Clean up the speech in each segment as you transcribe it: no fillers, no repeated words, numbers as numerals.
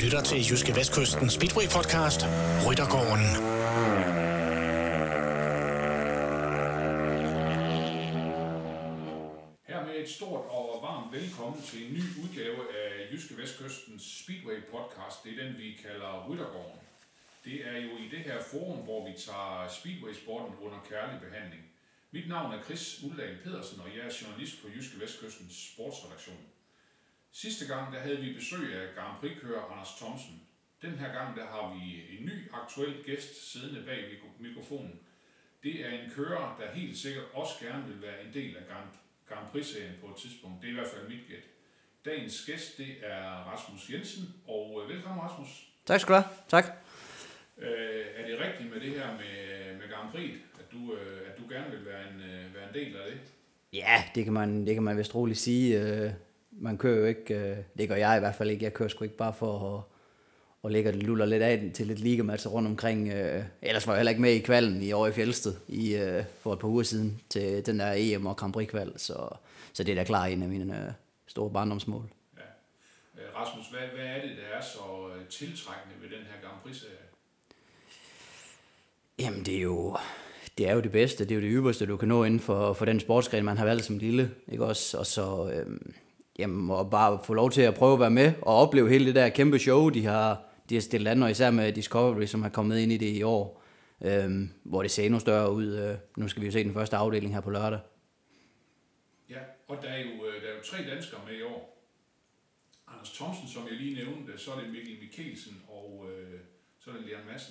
lytter til Jyske Vestkysten Speedway podcast, Ryttergården. Hermed et stort og varmt velkommen til en ny udgave af Jyske Vestkystens Speedway podcast. Det er den, vi kalder Ryttergården. Det er jo i det her forum, hvor vi tager Speedway-sporten under kærlig behandling. Mit navn er Chris Uldal Pedersen, og jeg er journalist på Jyske Vestkystens sportsredaktion. Sidste gang der havde vi besøg af Grand Prix-kører Anders Thomsen. Den her gang der har vi en ny aktuel gæst siddende bag mikrofonen. Det er en kører, der helt sikkert også gerne vil være en del af Grand Prix-serien på et tidspunkt. Det er i hvert fald mit gæt. Dagens gæst, det er Rasmus Jensen, og velkommen Rasmus. Tak skal du have. Tak. Er det rigtigt med det her med Grand Prix, at du gerne vil være en del af det? Ja, det kan man vist roligt sige. Man kører jo ikke, det gør jeg i hvert fald ikke. Jeg kører sgu ikke bare for at lægge det luller lidt af til lidt ligamatcher rundt omkring. Ellers var jeg heller ikke med i kvalden i år i Fjeldsted for et par uger siden til den der EM og Grand Prix-kval. Så det er da klart en af mine store barndomsmål. Ja. Rasmus, hvad er det, der er så tiltrækkende ved den her Grand Prix-serie? Jamen det er jo det bedste, det er jo det ypperste, du kan nå inden for den sportsgren, man har valgt som lille, ikke også? Og så og bare få lov til at prøve at være med og opleve hele det der kæmpe show, de har stillet an, og især med Discovery, som har kommet ind i det i år, hvor det ser endnu større ud. Nu skal vi jo se den første afdeling her på lørdag. Ja, og der er jo 3 danskere med i år. Anders Thomsen, som jeg lige nævnte, så er det Mikkel Mikkelsen, og så er det Leon Madsen.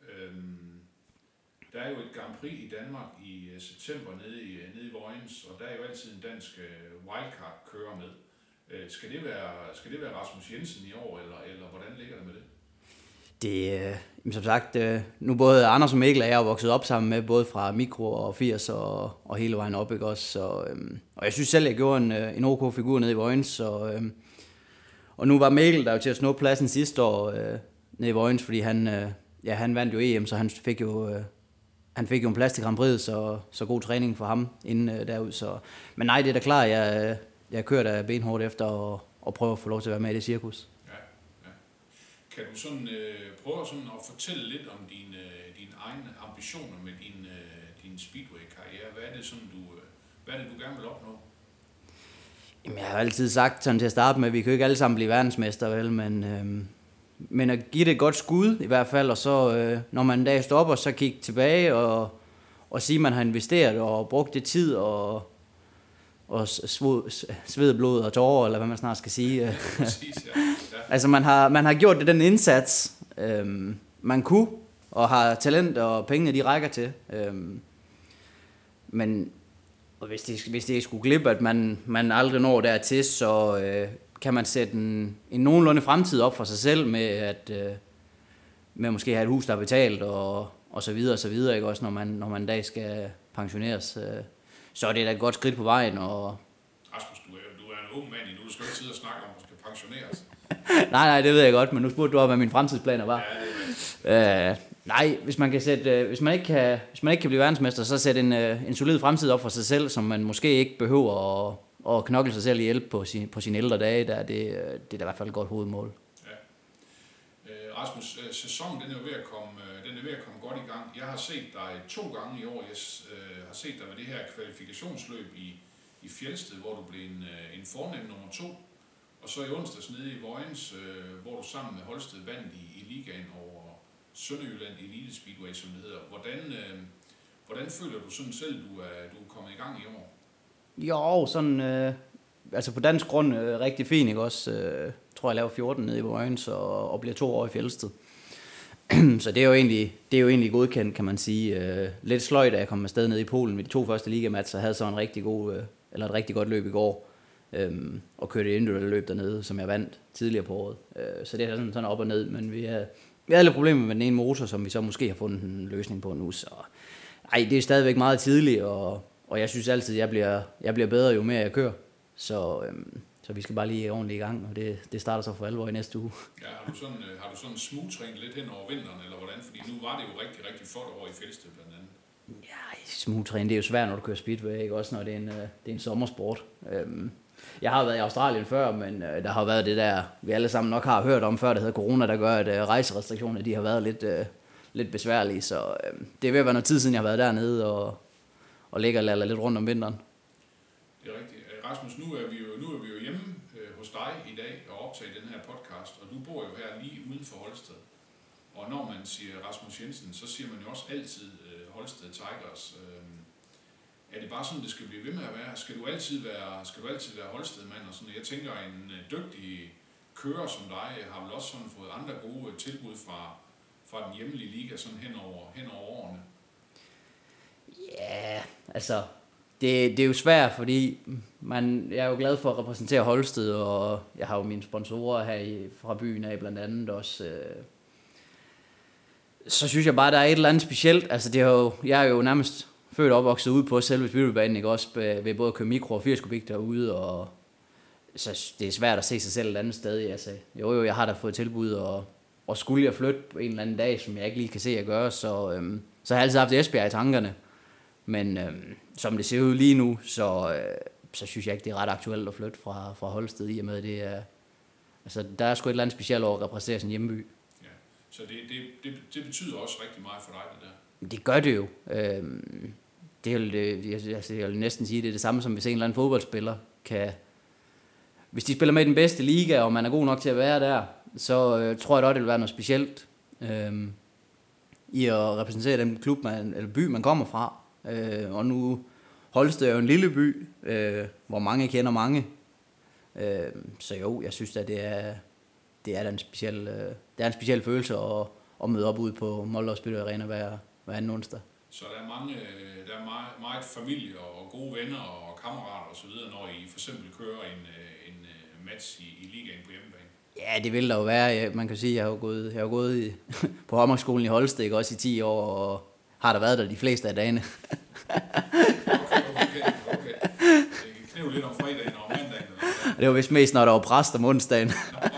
Der er jo et Grand Prix i Danmark i september nede i Vojens, og der er jo altid en dansk wildcard-kører med. Skal det være Rasmus Jensen i år, eller hvordan ligger det med det? Det som sagt, nu både Anders og Mikkel er jeg vokset op sammen med, både fra mikro og 80 og hele vejen op, ikke også? Og jeg synes selv, jeg gjorde en OK figur nede i Vojens, og nu var Mikkel der jo til at snuppe pladsen sidste år nede i Vojens, fordi han vandt jo EM, så han fik jo en plads til Grand Prix, så god træning for ham inden derud. Så. Men nej, det er da klart, jeg kører da benhårdt efter at prøve at få lov til at være med i det cirkus. Ja. Kan du sådan prøve sådan at fortælle lidt om dine egne ambitioner med din speedway-karriere? Hvad er det, du gerne vil opnå? Jamen, jeg har altid sagt sådan til at starte med, at vi kan jo ikke alle sammen blive verdensmester, vel, men at give det et godt skud i hvert fald, og så når man en dag stopper, så kigge tilbage og sige, at man har investeret og brugt det tid og sved, blod og tårer, eller hvad man snart skal sige. Præcis, ja. Altså man har gjort det den indsats, man kunne, og har talent og pengene, de rækker til. Men og hvis det skulle glippe, at man aldrig når dertil, så kan man sætte en nogenlunde fremtid op for sig selv med måske have et hus, der er betalt og så videre, ikke også, når man en dag skal pensioneres. Så er det da et godt skridt på vejen. Og Rasmus, du er en ung mand endnu, du skal ikke sidde og snakke om, at du skal pensioneres. nej, det ved jeg godt, men nu spurgte du om, hvad mine fremtidsplaner var. Ja, det nej, hvis man ikke kan blive verdensmester, så sæt en solid fremtid op for sig selv, som man måske ikke behøver at knokle sig selv ihjel på sine ældre dage. Det er da i hvert fald et godt hovedmål. Ja. Rasmus, sæsonen den er ved at komme godt i gang. Jeg har set dig 2 gange i år. Jeg har set dig med det her kvalifikationsløb i Fjeldsted, hvor du blev en fornem nummer 2. Og så i onsdags nede i Vojens, hvor du sammen med Holsted vandt i ligaen over Sønderjylland Elite Speedway, som det hedder. Hvordan føler du sådan selv, du er kommet i gang i år? Jo, sådan, altså på dansk grund rigtig fint, ikke også? Tror jeg laver 14 nede i Vojens og bliver 2 år i Fjeldsted. Så det er jo egentlig godkendt, kan man sige. Lidt sløjt, da jeg kom afsted nede i Polen med de 2 første ligamatcher, havde så et rigtig godt løb i går, og kørte et individuelt løb dernede, som jeg vandt tidligere på året. Så det er sådan op og ned, men vi havde lidt problemer med den ene motor, som vi så måske har fundet en løsning på nu. Så det er stadigvæk meget tidligt, og jeg synes altid, at jeg bliver bedre, jo mere jeg kører. Så vi skal bare lige ordentligt i gang, og det starter så for alvor i næste uge. Ja, har du sådan smooth-trænet lidt hen over vinteren, eller hvordan? Fordi nu var det jo rigtig, rigtig flot over i Fjeldsted blandt andet. Ja, smugtræning, det er jo svært, når du kører speedway, ikke? Også når det er en sommersport. Jeg har været i Australien før, men der har været det der, vi alle sammen nok har hørt om før, der hedder corona, der gør, at rejserestriktioner, de har været lidt besværlige. Så det er ved at være noget tid siden, jeg har været dernede og ligger og lader lidt rundt om vinteren. Det er rigtigt. Rasmus, nu er vi jo hjemme hos dig i dag og optager den her podcast, og du bor jo her lige uden for Holsted. Og når man siger Rasmus Jensen, så siger man jo også altid Holsted Tigers. Er det bare sådan, det skal blive ved med at være? Skal du altid være Holsted-mand? Og sådan? Jeg tænker, en dygtig kører som dig har vel også sådan fået andre gode tilbud fra den hjemlige liga sådan hen over årene. Ja, altså, det er jo svært, fordi jeg er jo glad for at repræsentere Holsted, og jeg har jo mine sponsorer her fra byen af blandt andet også. Så synes jeg bare, der er et eller andet specielt. Altså, jeg er jo nærmest født og opvokset ude på selve speedwaybanen, ikke? Også ved både at køre mikro og 80 kubik derude, og så det er svært at se sig selv et andet sted. Altså, jo, jeg har da fået tilbud, og skulle jeg flytte på en eller anden dag, som jeg ikke lige kan se at gøre, så har jeg altid haft Esbjerg i tankerne. Men som det ser ud lige nu, så synes jeg ikke, det er ret aktuelt at flytte fra Holsted, i og med det er, altså, der er sgu et eller andet specielt over at repræsentere sin hjemby. Ja, så det betyder også rigtig meget for dig, det der. Det gør det jo. Jeg vil næsten sige, det er det samme, som hvis en eller anden fodboldspiller kan. Hvis de spiller med i den bedste liga, og man er god nok til at være der, så tror jeg da, det vil være noget specielt i at repræsentere den klub, eller by, man kommer fra. Og nu Holsted er jo en lille by, hvor mange kender mange. Så jo, jeg synes, at det er en speciel følelse at møde op ude på Molde Speedway Arena hver anden onsdag. Så der er meget familie og gode venner og kammerater og så videre, når I for eksempel kører en match i ligaen på hjemmebane? Ja, det vil der jo være. Man kan sige, at jeg har gået på Håndboldskolen i Holsted, ikke, også i 10 år, og har der været der de fleste af dagene. Okay. Det knæver lidt om fredagen og om mandagen. Det var vist mest, når der var præst om onsdagen.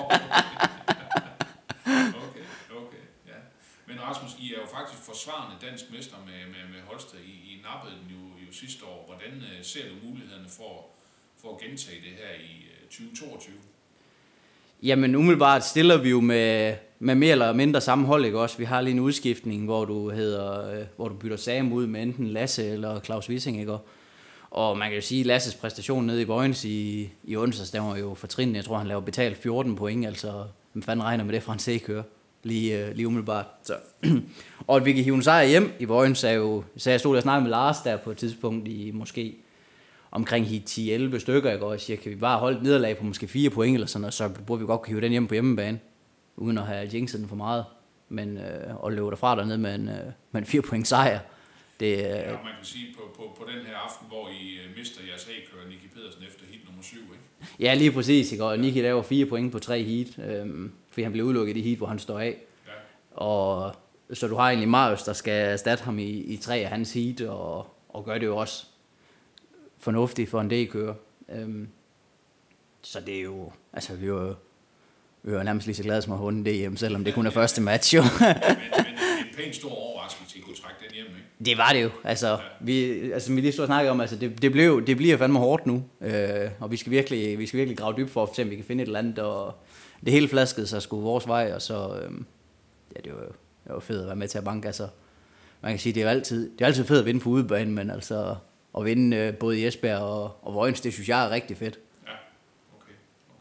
Okay, ja. Men Rasmus, I er jo faktisk forsvarende dansk mester med Holsted. I nappede den jo sidste år. Hvordan ser du mulighederne for at gentage det her i 2022? Jamen umiddelbart stiller vi jo med mere eller mindre samme hold, ikke også? Vi har lige en udskiftning, hvor du bytter Sam ud med enten Lasse eller Claus Wissing, ikke? Og man kan jo sige, at Lasses præstation nede i Vojens i onsdags, den var jo fortrinlig. Jeg tror, han laver betalt 14 point, altså hvem fanden regner med det fra en C-kører, lige umiddelbart. Så. Og at vi kan hive en sejr hjem i Vojens er jo, så jeg stod og snakkede med Lars der på et tidspunkt i måske omkring 10-11 stykker, ikke? Og jeg siger, kan vi bare holde et nederlag på måske 4 point eller sådan noget, så burde vi godt kunne hive den hjem på hjemmebane, uden at have jinxet den for meget, men og løbe derfra dernede med en 4 point sejr. Ja, man kan sige på den her aften, hvor I mister jeres A-kører, Nicky Pedersen, efter heat nummer 7, ikke? Ja, lige præcis, ikke? Og Nicky laver 4 point på 3 heat, fordi han blev udelukket i heat, hvor han står af. Ja. Og så du har egentlig Marius, der skal erstatte ham i 3 af hans heat, og gør det jo også fornuftigt for en D-kører. Så det er jo, altså vi er jo nærmest lige så glade som at hunde det hjem, selvom det kun er første match, jo. men en pænt stor overraskelse, I kunne trække den hjem, ikke? Det var det jo. Altså, vi lige stod og snakkede om, altså det bliver fandme hårdt nu, og vi skal virkelig grave dybt for at se, om vi kan finde et eller andet, og det hele flaskede sig sgu vores vej, og så, det var fedt at være med til at banke, altså. Man kan sige, det er altid fedt at vinde på udebanen, men altså at vinde både i Esbjerg og Vojens, det synes jeg er rigtig fedt. Ja, okay.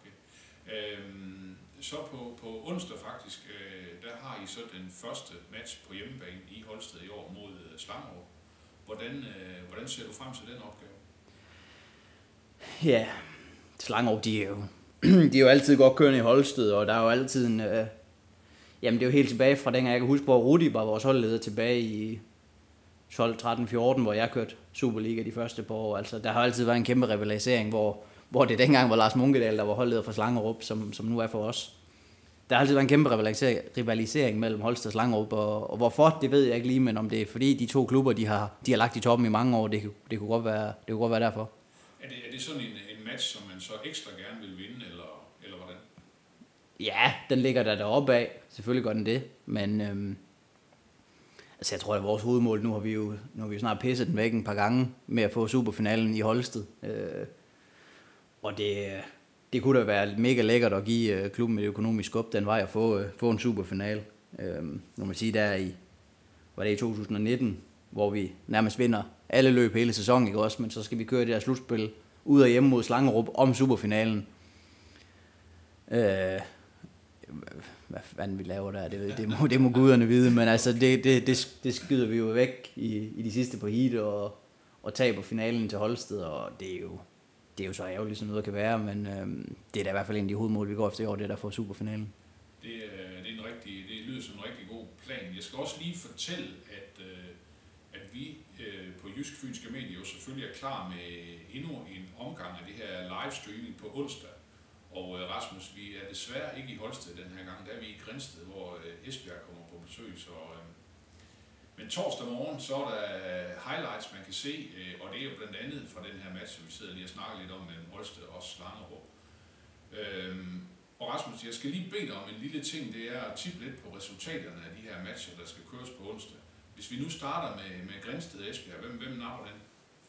Så på onsdag faktisk, der har I så den første match på hjemmebane i Holsted i år mod Slangerup. Hvordan ser du frem til den opgave? Ja, Slangerup, de er jo altid godt kørende i Holsted, og der er jo altid en... jamen det er jo helt tilbage fra dengang, jeg kan huske, hvor Rudi var vores holdleder tilbage i 12, 13, 14, hvor jeg kørte Superliga de første par år. Altså, der har altid været en kæmpe rivalisering, hvor det dengang var Lars Munkedal, der var holdleder for Slangerup, som nu er for os. Der har altid været en kæmpe rivalisering mellem Holsted og Slangerup, og hvorfor, det ved jeg ikke lige, men om det er fordi de to klubber, de har lagt i toppen i mange år, det kunne godt være derfor. Er det sådan en match, som man så ekstra gerne vil vinde, eller hvordan? Ja, den ligger der deroppe af. Selvfølgelig gør den det, men Altså jeg tror, at vores hovedmål, nu har vi jo snart pisset den væk en par gange med at få superfinalen i Holsted. Og det kunne da være mega lækkert at give klubben et økonomisk skub den vej at få en superfinale. Når man siger, var det i 2019, hvor vi nærmest vinder alle løb hele sæsonen, ikke også? Men så skal vi køre det der slutspil ud og hjemme mod Slangerup om superfinalen. Hvad fanden vi laver der, det må guderne vide, men altså det skyder vi jo væk i de sidste par heat og taber finalen til Holsted, og det er jo så ærgerligt, som noget kan være, men det er da i hvert fald en af de hovedmål, vi går efter i år, det er der for superfinalen. Det lyder som en rigtig god plan. Jeg skal også lige fortælle, at vi på Jysk Fynske Medier jo selvfølgelig er klar med endnu en omgang af det her livestreaming på onsdag. Og Rasmus, vi er desværre ikke i Holsted den her gang, der er vi i Grindsted, hvor Esbjerg kommer på besøg. Men torsdag morgen, så er der highlights, man kan se, og det er jo blandt andet fra den her match, som vi sidder lige og snakker lidt om mellem Holsted og Slangerup. Og Rasmus, jeg skal lige bede dig om en lille ting, det er at tippe lidt på resultaterne af de her matcher, der skal køres på onsdag. Hvis vi nu starter med Grindsted og Esbjerg, hvem napper den?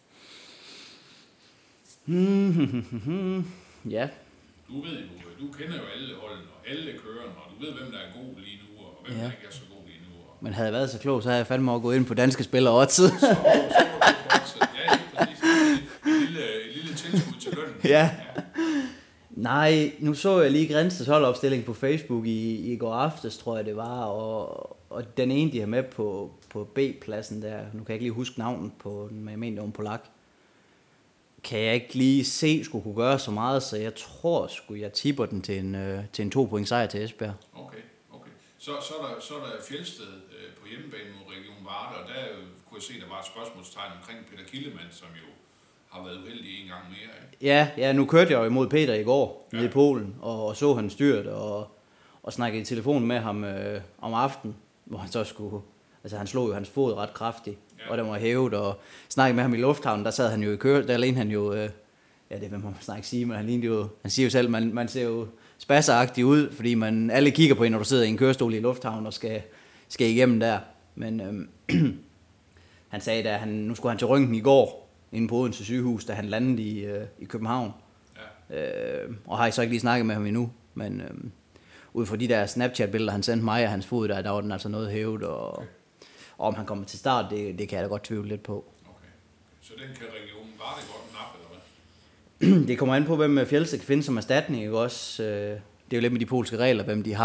Ja. Du kender jo alle holdene og alle kørerne, og du ved, hvem der er god lige nu, og hvem der ikke er så god lige nu. Men havde jeg været så klog, så havde jeg fandme også gået ind på danske spillere odds. Ja, præcis. Et lille tilskud til lønnen. Ja. Nej, nu så jeg lige Grindsteds holdopstilling på Facebook i går aftes, tror jeg det var, og den ene, de har med på B-pladsen der, nu kan jeg ikke lige huske navnet på den, men jeg mener, det var en polak, kan jeg ikke lige se, skulle kunne gøre så meget, så jeg tror, jeg tipper den til en 2-point sejr til Esbjerg. Okay. Så er der Fjeldsted på hjemmebane mod Region Varde, og der kunne jeg se, der var et spørgsmålstegn omkring Peter Killemann, som jo har været uheldig en gang mere. Ikke? Ja, nu kørte jeg jo imod Peter i går nede i Polen, og så han styrt, og snakkede i telefon med ham om aftenen, hvor han så skulle, altså han slog jo hans fod ret kraftigt, og den var hævet, og snakkede med ham i lufthavnen, der sad han jo i der lignede han jo, det vil man snart ikke sige, men han siger jo selv, man ser jo spasseragtig ud, fordi alle kigger på en, når du sidder i en kørestol i lufthavnen og skal igennem der, men han sagde, at nu skulle han til røntgen i går, inde på Odense sygehus, da han landede i København. Ja. Og har jeg så ikke lige snakket med ham endnu, men ud fra de der Snapchat-billeder, han sendte mig af hans fod, der var den altså noget hævet, og om han kommer til start, det kan jeg da godt tvivle lidt på. Okay. Så den kan regionen bare det godt nappe, eller hvad? Det kommer an på, hvem Fjeldsted kan finde som erstatning, ikke også? Det er jo lidt med de polske regler,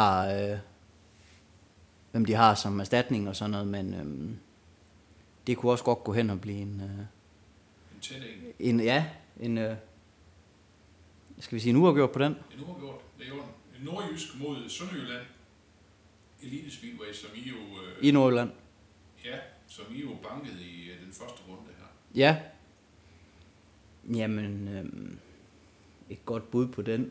hvem de har som erstatning og sådan noget, men det kunne også godt gå hen og blive en tæt en. Skal vi sige en uafgjort på den? En uafgjort, det er jo en nordjysk mod Sønderjylland. Elite Speedway, som I jo... I Nordjylland. Ja, som I jo bankede i den første runde her. Ja. Jamen, et godt bud på den.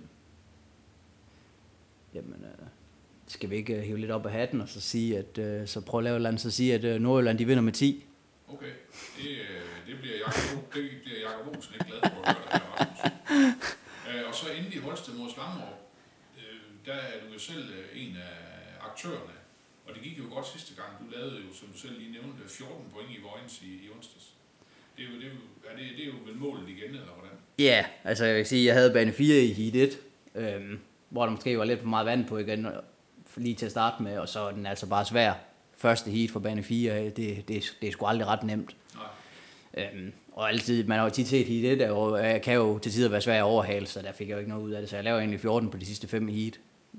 Jamen, skal vi ikke hive lidt op af hatten og så sige, at så prøv at lave et eller andet, så sige, at Nordjylland, de vinder med 10. Okay, det bliver Jakob Olsen ikke glad for at høre det her, Rasmus. Og så endelig Holsted mod Slangerup, der er du jo selv en af aktørerne, og det gik jo godt sidste gang. Du lavede jo, som du selv lige nævnte, 14 point i Vojens i onsdags. Det er jo vel målet igen, eller hvordan? Ja, altså jeg vil sige, jeg havde bane 4 i heat 1, hvor der måske var lidt for meget vand på igen, lige til at starte med, og så er den altså bare svær. Første heat for bane 4, det er sgu aldrig ret nemt. Og altid, man har jo tit set heat 1, og jeg kan jo til tider være svær at overhale, så der fik jeg jo ikke noget ud af det, så jeg laver egentlig 14 på de sidste 5 heat.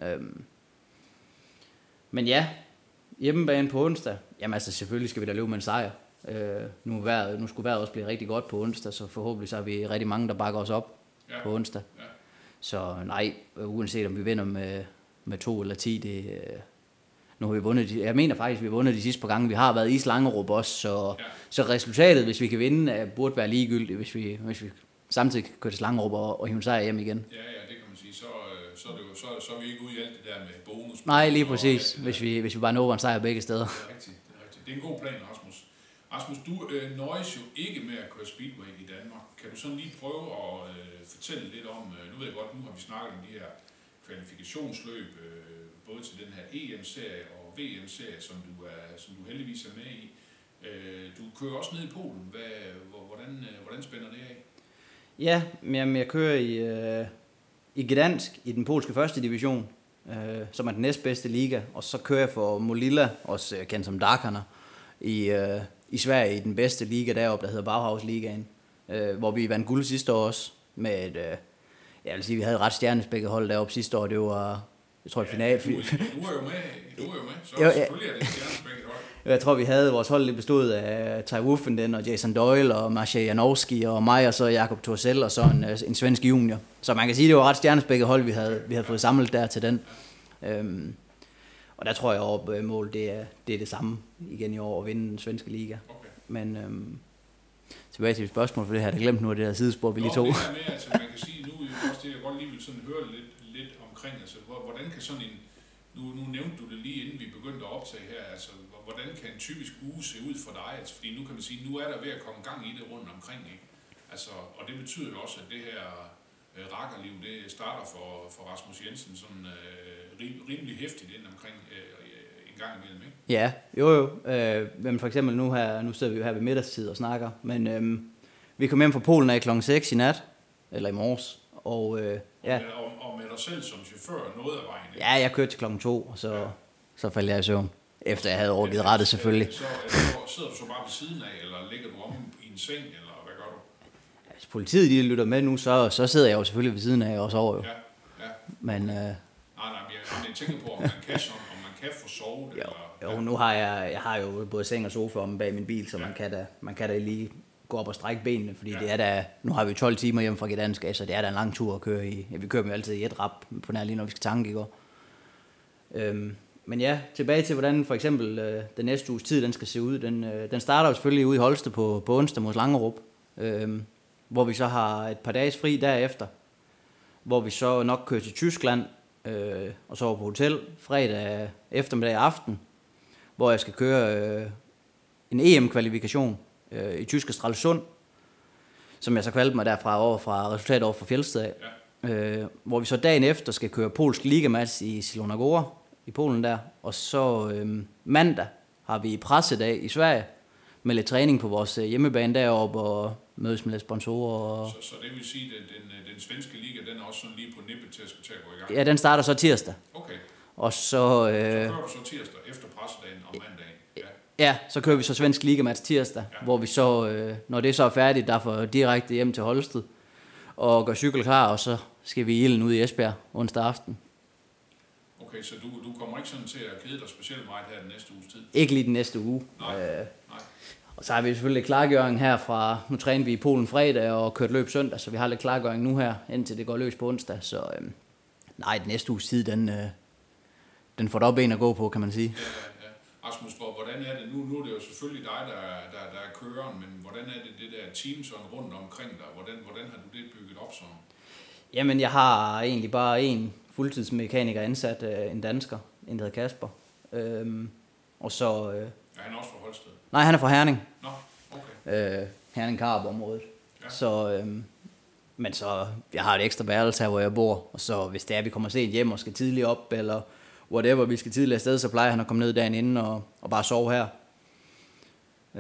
Men ja, hjemmebane på onsdag, jamen altså selvfølgelig skal vi da løbe med en sejr. Nu skulle vejret også blive rigtig godt på onsdag, så forhåbentlig så har vi rigtig mange, der bakker os op på onsdag. Ja. Så nej, uanset om vi vinder med 2 eller 10, nu har vi vundet, jeg mener faktisk, vi har vundet de sidste par gange. Vi har været i Slangerup også, så resultatet, hvis vi kan vinde, burde være ligegyldigt, hvis vi samtidig kører til Slangerup og hiver en sejr hjem igen. Ja, det kan man sige. Så er vi ikke ude i alt det der med bonus. Nej, lige præcis. Hvis vi bare når en sejr begge steder. Det er rigtigt. Det er en god plan, Rasmus. Rasmus, du nøjes jo ikke med at køre speedway i Danmark. Kan du sådan lige prøve at fortælle lidt om, nu ved jeg godt, nu har vi snakket om de her kvalifikationsløb, både til den her EM-serie og VM-serie, som du heldigvis er med i. Du kører også ned i Polen. Hvordan spænder det af? Ja, jamen, jeg kører i Gdansk i den polske første division, som er den næstbedste liga, og så kører jeg for Molilla, også kendt som Darkana, i Sverige i den bedste liga deroppe, der hedder Bauhaus-ligaen, hvor vi vandt guld sidste år også, med jeg vil sige, vi havde et ret stjernespækket hold deroppe sidste år, det var, jeg tror, finale. Du er jo med, så selvfølgelig er det et stjernespækket hold. Jeg tror, vi havde vores hold, det bestod af Ty Wuffenden og Jason Doyle og Marcel Janowski og mig og så Jakob Torsell og så en svensk junior. Så man kan sige, det var ret stjernespækket hold, vi havde fået samlet der til den. Og der tror jeg over mål, det er det samme igen i år at vinde den svenske liga. Okay. Men tilbage til et spørgsmål, for det her, jeg glemt nu af det her sidespor, vi lige tog. Det her med, altså man kan sige, nu også det, jeg godt lige vil sådan høre lidt omkring, altså hvordan kan sådan en, nu nævnte du det lige inden vi begyndte at optage her, altså hvordan kan en typisk uge se ud for dig, altså fordi nu kan man sige, nu er der ved at komme gang i det rundt omkring, ikke? Altså, og det betyder jo også, at det her rakkerliv, det starter for Rasmus Jensen sådan rimelig hæftigt ind omkring en gang imellem, ikke? Ja, jo. Men for eksempel nu sidder vi jo her ved middagstid og snakker, men vi kom hjem fra Polen af klokken 6 i nat, eller i morges, og ja. Og med dig selv som chauffør noget af vejen, ikke? Ja, jeg kørte til klokken 2, og så faldt jeg i søvn, efter jeg havde overgivet rettet selvfølgelig. Så sidder du så bare ved siden af, eller ligger du om i en seng, eller hvad gør du? Hvis politiet de lytter med nu, så sidder jeg jo selvfølgelig ved siden af og sover jo. Ja. Men nej, jeg tænker på, om man kan få sovet, jo, nu har jeg har jo både seng og sofa om bag min bil, så man kan da lige gå op og strække benene, fordi det er da, nu har vi 12 timer hjem fra Gdansk, så det er da en lang tur at køre i. Ja, vi kører jo altid i et rap på nær lige, når vi skal tanke i går. Men ja, tilbage til, hvordan for eksempel den næste uges tid, den skal se ud. Den starter jo selvfølgelig ude i Holsted på onsdag mod Slangerup, hvor vi så har et par dages fri derefter, hvor vi så nok kører til Tyskland, og sover på hotel fredag eftermiddag aften, hvor jeg skal køre en EM-kvalifikation i tyske Stralsund, som jeg så kvalgte mig derfra over fra resultatet over for Fjeldsted af. Hvor vi så dagen efter skal køre polsk ligamatch i Zielona Góra i Polen der, og så mandag har vi pressedag i Sverige med lidt træning på vores hjemmebane deroppe og mødes med lidt sponsorer. Så det vil sige, at den svenske liga, den er også sådan lige på nippet til at gå i gang? Ja, den starter så tirsdag. Okay. Og så kører du så tirsdag efter pressedagen om mandagen? Ja, så kører vi så svensk ligamatch tirsdag, hvor vi så, når det så er færdigt, derfor direkte hjem til Holsted og gør cykel klar, og så skal vi i ilden ud i Esbjerg onsdag aften. Okay, så du kommer ikke sådan til at kede dig specielt meget her den næste uges tid? Ikke lige den næste uge. Nej. Og så har vi selvfølgelig klargøring her fra, nu træner vi i Polen fredag og kørt løb søndag, så vi har lidt klargøring nu her, indtil det går løs på onsdag. Så nej, den næste uges tid, den får der op en at gå på, kan man sige. Ja. Rasmus, hvordan er det nu? Nu er det jo selvfølgelig dig, der er køreren, men hvordan er det der team sådan rundt omkring dig? Hvordan har du det bygget op sådan? Jamen, jeg har egentlig bare en fuldtidsmekaniker ansat, en dansker, en der hedder Kasper. Og så... Er han også fra Holsted? Nej, han er fra Herning. Nå, okay. Herning-Karup-området. Ja. Så, men så, jeg har et ekstra værelse her, hvor jeg bor, og så hvis det er, vi kommer sent hjem og skal tidligt op, eller whatever, vi skal tidligt afsted, så plejer han at komme ned dagen inden og bare sove her. Ja,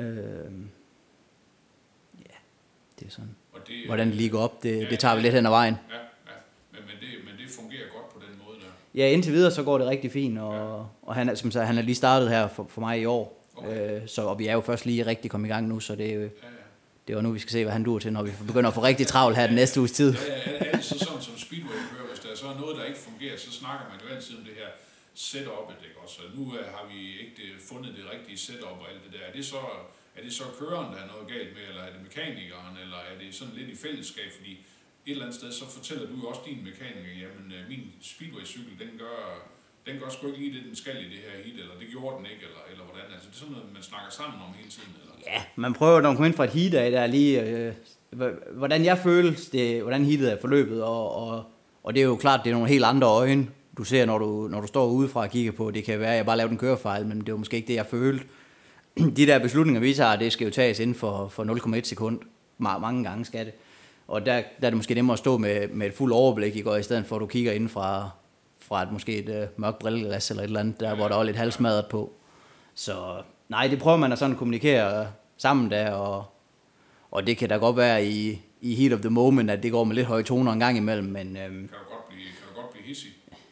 det er sådan. Hvordan det lige går op, det tager vi lidt hen ad vejen. Ja. Men det fungerer godt på den måde der? Ja, indtil videre så går det rigtig fint, og han, som sagt, han er lige startet her for mig i år. Okay. Og vi er jo først lige rigtig kommet i gang nu, så det er jo... Det var nu, vi skal se, hvad han duer til, når vi begynder at få rigtig travlt her den næste uges tid. Er det så sådan, som Speedway kører, hvis der er så noget, der ikke fungerer, så snakker man jo altid om det her setup'et, ikke også? Så nu har vi ikke fundet det rigtige setup og alt det der. Er det så køreren, der er noget galt med, eller er det mekanikeren, eller er det sådan lidt i fællesskab? Fordi et eller andet sted, så fortæller du jo også din mekaniker, jamen min Speedway-cykel, den gør sgu ikke lige det, den skal i det her heat, eller det gjorde den ikke, eller hvordan? Altså det er sådan noget, man snakker sammen om hele tiden, eller? Ja, man prøver, når man kommer ind fra et heat af, der er lige, hvordan jeg føles, hvordan heatet er forløbet, og det er jo klart, det er nogle helt andre øjne, du ser, når du står udefra og kigger på. Det kan være, at jeg bare lavede en kørefejl, men det var måske ikke det, jeg følte. De der beslutninger, vi tager, det skal jo tages inden for 0,1 sekund. Mange gange skal det. Og der er det måske nemmere at stå med et fuldt overblik, i stedet for at du kigger inden fra fra måske et mørkt brilleglas eller et eller andet, der hvor der var lidt halsmadret på. Så nej, det prøver man at sådan kommunikere sammen der, og det kan da godt være i heat of the moment, at det går med lidt høje toner en gang imellem, men... Kan du godt blive hissig?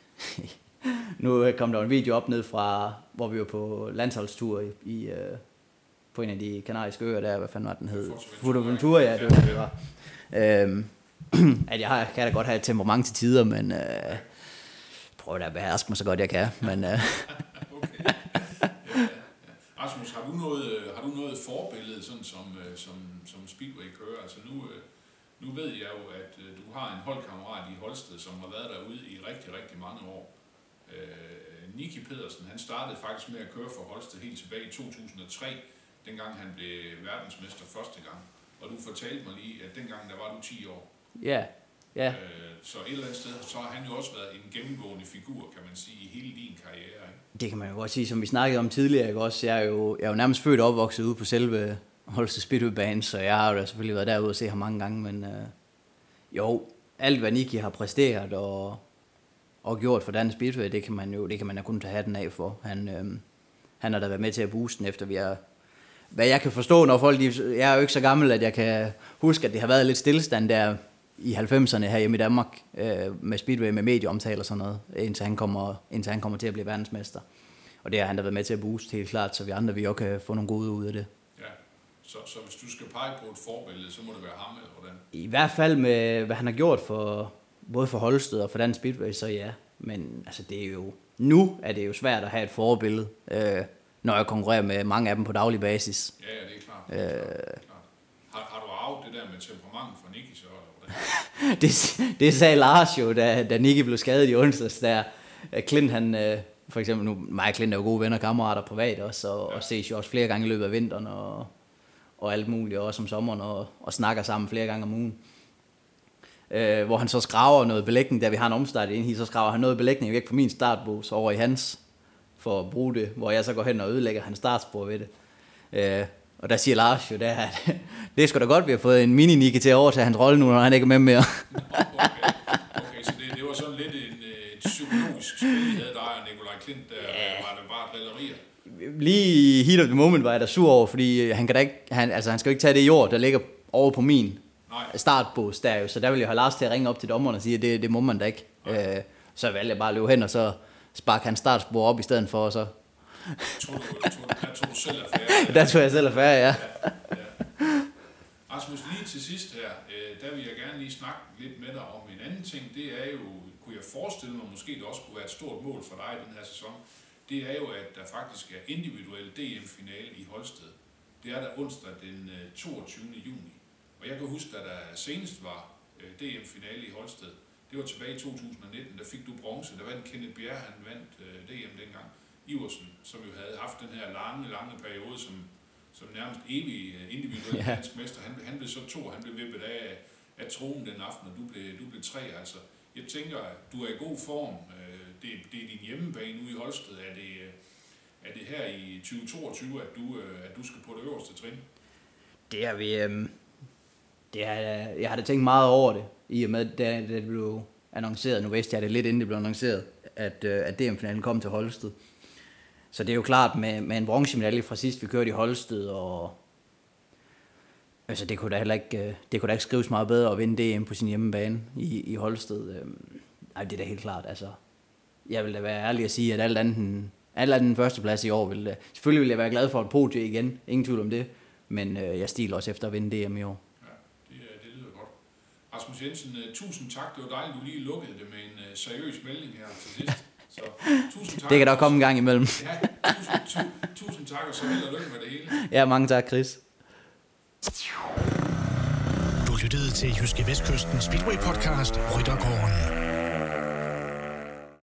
Nu kom der en video op ned fra, hvor vi var på landsholdstur på en af de kanariske øer der, hvad fanden var den hed? Fuerteventura, ja, det var det var. At jeg kan da godt have et temperament til tider, men prøver da at beherske mig så godt jeg kan, men... Okay. Rasmus, har du noget forbillede, sådan som Speedway kører? Altså nu ved jeg jo, at du har en holdkammerat i Holsted, som har været derude i rigtig, rigtig mange år. Nicky Pedersen, han startede faktisk med at køre for Holsted helt tilbage i 2003, dengang han blev verdensmester første gang. Og du fortalte mig lige, at dengang der var du 10 år. Ja. Så et eller andet sted, så har han jo også været en gennemgående figur, kan man sige, i hele din karriere, ikke? Det kan man jo godt sige, som vi snakkede om tidligere, ikke også? Jeg er jo nærmest født og opvokset ude på selve Holsted Speedway-banen, så jeg har jo da selvfølgelig været derude og se ham mange gange, men jo, alt hvad Nicky har præsteret og gjort for Dansk Speedway, det kan man da kun tage hatten af for. Han har da været med til at booste den, efter vi har... Hvad jeg kan forstå, når folk... Jeg er jo ikke så gammel, at jeg kan huske, at det har været lidt stillestand der i 90'erne her hjemme i Danmark med Speedway, med medieomtale og sådan noget, indtil han kommer til at blive verdensmester. Og det har han da været med til at booste helt klart, så vi andre vi også kan få nogle gode ud af det. Ja, så hvis du skal pege på et forbillede, så må det være ham eller hvordan? I hvert fald med, hvad han har gjort både for Holsted og for Dansk Speedway, så ja. Men altså, nu er det jo svært at have et forbillede, når jeg konkurrerer med mange af dem på daglig basis. Ja, det er klart. Det er klart. Har du arvet det der med temperament fra Nicky så, eller hvordan? det sagde Lars jo, da Nicky blev skadet i onsdags, der Clint, han, for eksempel nu, mig og Clint er jo gode venner og kammerater privat også, og ses jo også flere gange i løbet af vinteren, og alt muligt, og også om sommeren, og snakker sammen flere gange om ugen. Hvor han så skraver noget belægning, da vi har en omstart i så skraver han noget belægning væk fra min startbus over i hans, for at bruge det, hvor jeg så går hen og ødelægger hans startspor ved det. Og der siger Lars jo, at det er sgu da godt, vi har fået en mini-Nicky til at overtage hans rolle nu, når han ikke er med mere. Okay, så det var sådan lidt et psykologisk spil, I havde dig og Nikolaj Klint, der var det bare drillerier. Lige i heat of the moment var jeg da sur over, fordi han skal jo ikke tage det jord, der ligger over på min startbås der jo, så der vil jeg have Lars til at ringe op til dommeren og sige, at det må man da ikke. Så valgte jeg bare at løbe hen, og så sparke hans startspor op i stedet for, og så... Der tog du selv affære. Der tog jeg selv affære, ja. Rasmus, lige til sidst her, der vil jeg gerne lige snakke lidt med dig om en anden ting. Det er jo, kunne jeg forestille mig, måske det også kunne være et stort mål for dig i den her sæson. Det er jo, at der faktisk er individuel DM-finale i Holsted. Det er der onsdag den 22. juni. Og jeg kan huske, at der senest var DM-finale i Holsted. Det var tilbage i 2019, der fik du bronze. Der vandt Kenneth Bjerre, han vandt DM dengang. Iversen, som jo havde haft den her lange periode som nærmest evig individuel dansk mester. Han blev så 2, han blev vippet af tronen den aften, og du blev 3. Altså, jeg tænker, du er i god form. Det er din hjemmebane ude i Holsted. Er det her i 2022, at du skal på det øverste trin? Det er vi... jeg har da tænkt meget over det, i og med, at det blev annonceret. Nu vidste jeg det lidt, inden det blev annonceret, at DM-finalen kom til Holsted. Så det er jo klart, med en bronzemedalje fra sidst, vi kørte i Holsted, og altså, det kunne da ikke skrives meget bedre at vinde DM på sin hjemmebane i Holsted. Det er da helt klart. Altså, jeg vil da være ærlig at sige, at alt andet den første plads i år vil det. Selvfølgelig vil jeg være glad for et podie igen, ingen tvivl om det, men jeg stiler også efter at vinde DM i år. Ja, det lyder godt. Rasmus Jensen, tusind tak. Det var dejligt, du lige lukkede det med en seriøs melding her til sidst. Så, tusind tak. Det kan der komme en gang imellem. Ja, tusind tak, og så held og lykke med det hele. Ja, mange tak, Chris. Du lyttede til Jyske Vestkysten Speedway podcast Ryttergården.